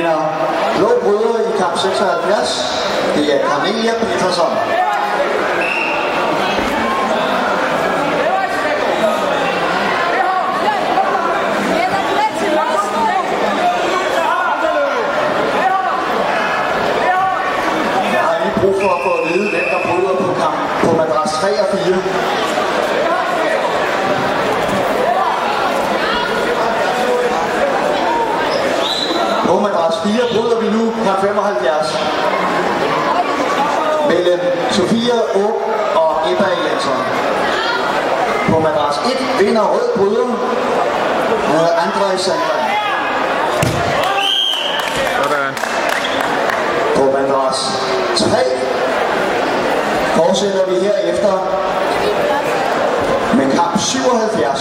vinder blå bryder i kamp 76. Det er Cornelia Peterson. Jeg har lige brug for at få at vide, hvem der bryder på kamp på madras 3 og 4. På madras 4 bryder vi nu kamp 75 mellem Sofia Åb og Ebba Jensson. På madras 1 vinder rød bryder André Sandberg. På madras 3 fortsætter vi herefter med kamp 77.